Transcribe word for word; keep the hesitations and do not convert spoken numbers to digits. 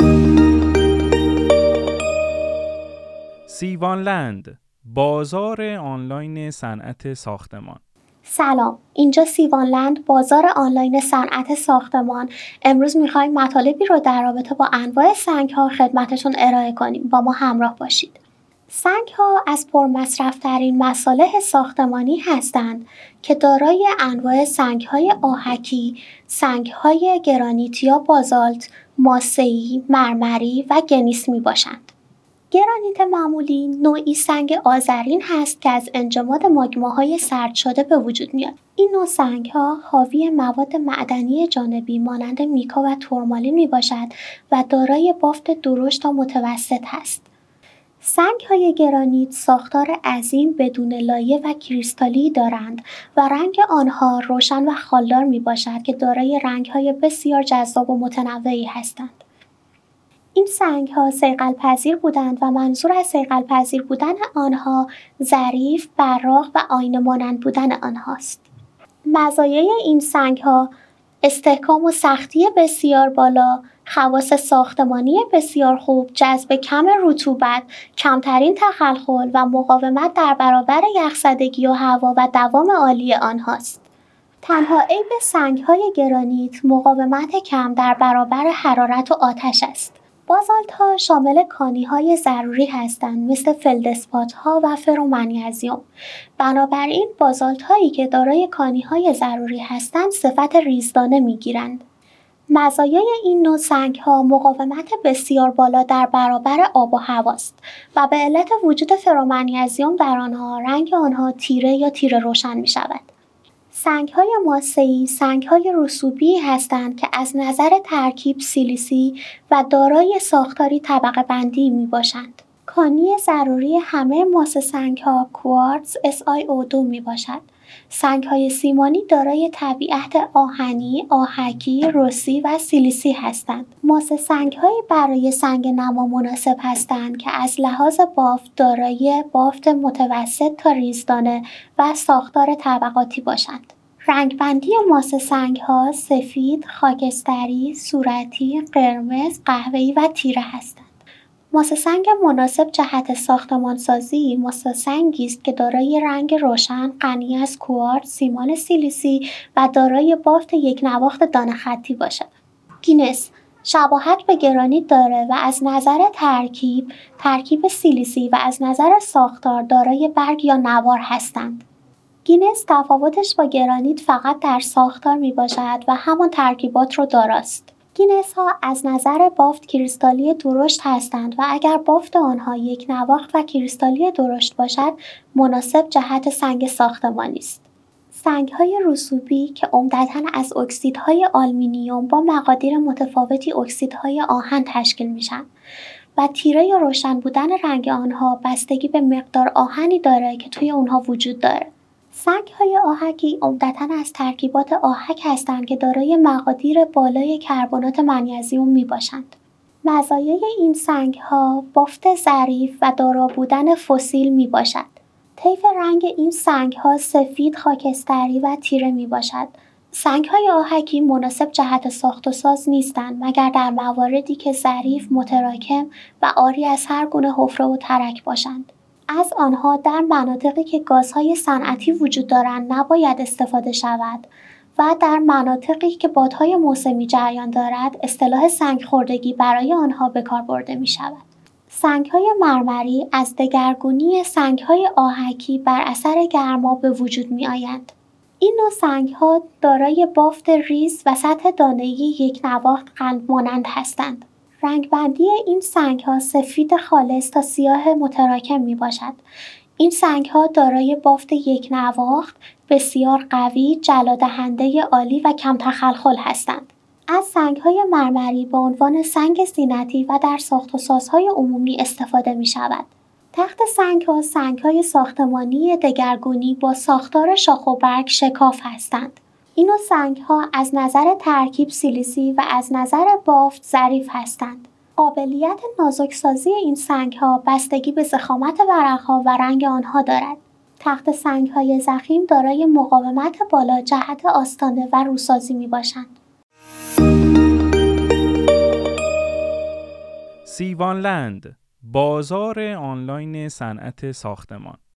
سیوانلند، بازار آنلاین صنعت ساختمان. سلام، اینجا سیوانلند، بازار آنلاین صنعت ساختمان. امروز میخوایم مطالبی رو در رابطه با انواع سنگ‌ها خدمتتون ارائه کنیم. با ما همراه باشید. سنگ‌ها از پرمصرف‌ترین مصالح ساختمانی هستند که دارای انواع سنگ‌های آهکی، سنگ‌های گرانیت یا بازالت، ماسه‌ای، مرمری و گنیس میباشند. گرانیت معمولی نوعی سنگ آذرین هست که از انجماد ماگماهای سرد شده به وجود میاد. این نوع سنگ‌ها حاوی مواد معدنی جانبی مانند میکا و تورمالین میباشد و دارای بافت درشت تا متوسط هست. سنگ‌های گرانیت ساختار عظیم بدون لایه و کریستالی دارند و رنگ آنها روشن و خالدار میباشد که دارای رنگ‌های بسیار جذاب و متنوعی هستند. این سنگ‌ها صیقل‌پذیر بودند و منظور از صیقل‌پذیر بودن آنها ظریف، براق و آینه مانند بودن آنهاست. مزایای این سنگ‌ها استحکام و سختی بسیار بالا، خواص ساختمانی بسیار خوب، جذب کم رطوبت، کمترین تخلخل و مقاومت در برابر یخزدگی و هوا و دوام عالی آنهاست. تنها عیب سنگ‌های گرانیت مقاومت کم در برابر حرارت و آتش است. بازالت‌ها شامل کانی‌های ضروری هستند مثل فلدسپات‌ها و فرومنیزیم. بنابراین بازالت‌هایی که دارای کانی‌های ضروری هستند صفت ریزدانه می‌گیرند. مزایای این نوع سنگ‌ها مقاومت بسیار بالا در برابر آب و هواست و به علت وجود فرومنیزیم در آنها رنگ آنها تیره یا تیره روشن می‌شود. سنگ‌های ماسه‌ای سنگ‌های رسوبی هستند که از نظر ترکیب سیلیسی و دارای ساختاری طبقه بندی میباشند. کانی ضروری همه ماسه سنگ‌ها کوارتز اس آی او دو میباشد. سنگ‌های سیمانی دارای طبیعت آهنی، آهکی، رسی و سیلیسی هستند. ماسه سنگ‌هایی برای سنگ نما مناسب هستند که از لحاظ بافت دارای بافت متوسط تا ریزدانه و ساختار طبقاتی باشند. رنگبندی ماسه سنگ‌ها سفید، خاکستری، صورتی، قرمز، قهوه‌ای و تیره هستند. ماسه سنگ مناسب جهت ساختمانسازی ماسه سنگی است که دارای رنگ روشن، غنی از کوارتز، سیمان سیلیسی و دارای بافت یک نواخت دانه خطی باشد. گینس شباهت به گرانیت داره و از نظر ترکیب، ترکیب سیلیسی و از نظر ساختار دارای برگ یا نوار هستند. گینس تفاوتش با گرانیت فقط در ساختار می باشد و همان ترکیبات رو داراست. گینس ها از نظر بافت کریستالی درشت هستند و اگر بافت آنها یک نواخت و کریستالی درشت باشد مناسب جهت سنگ ساختمانی است. سنگ های رسوبی که عمدتاً از اکسیدهای آلومینیوم با مقادیر متفاوتی اکسیدهای آهن تشکیل میشن و تیره یا روشن بودن رنگ آنها بستگی به مقدار آهنی داره که توی اونها وجود داره. سنگ‌های آهکی عمدتاً از ترکیبات آهک هستند که دارای مقادیر بالای کربنات منیزیم میباشند. مزایای این سنگ‌ها بافت ظریف و دارا بودن فسیل میباشد. طیف رنگ این سنگ‌ها سفید، خاکستری و تیره میباشد. سنگ‌های آهکی مناسب جهت ساخت و ساز نیستند مگر در مواردی که ظریف، متراکم و عاری از هر گونه حفره و ترک باشند. از آنها در مناطقی که گازهای صنعتی وجود دارند نباید استفاده شود و در مناطقی که بادهای موسمی جریان دارد اصطلاح سنگ خوردگی برای آنها به کار برده می شود. سنگ‌های مرمری از دگرگونی سنگ‌های آهکی بر اثر گرما به وجود می آیند. این نوع سنگ‌ها دارای بافت ریز و سطح دانه‌ای یک نواخت قند مانند هستند. رنگبندی این سنگ‌ها سفید خالص تا سیاه متراکم میباشد. این سنگ‌ها دارای بافت یک نواخت، بسیار قوی، جلادهنده عالی و کم تخلخل هستند. از سنگ‌های مرمری به عنوان سنگ زینتی و در ساخت و سازهای عمومی استفاده می‌شود. تخت سنگ‌ها سنگ‌های ساختمانی دگرگونی با ساختار شاخ و برگ شکاف هستند. این نوع سنگ‌ها از نظر ترکیب سیلیسی و از نظر بافت ظریف هستند. قابلیت نازکسازی این سنگ‌ها بستگی به ضخامت ورق‌ها و رنگ آنها دارد. تخت سنگ‌های ضخیم دارای مقاومت بالا جهت آستانه و روسازی می‌باشند. سیوان لند، بازار آنلاین صنعت ساختمان.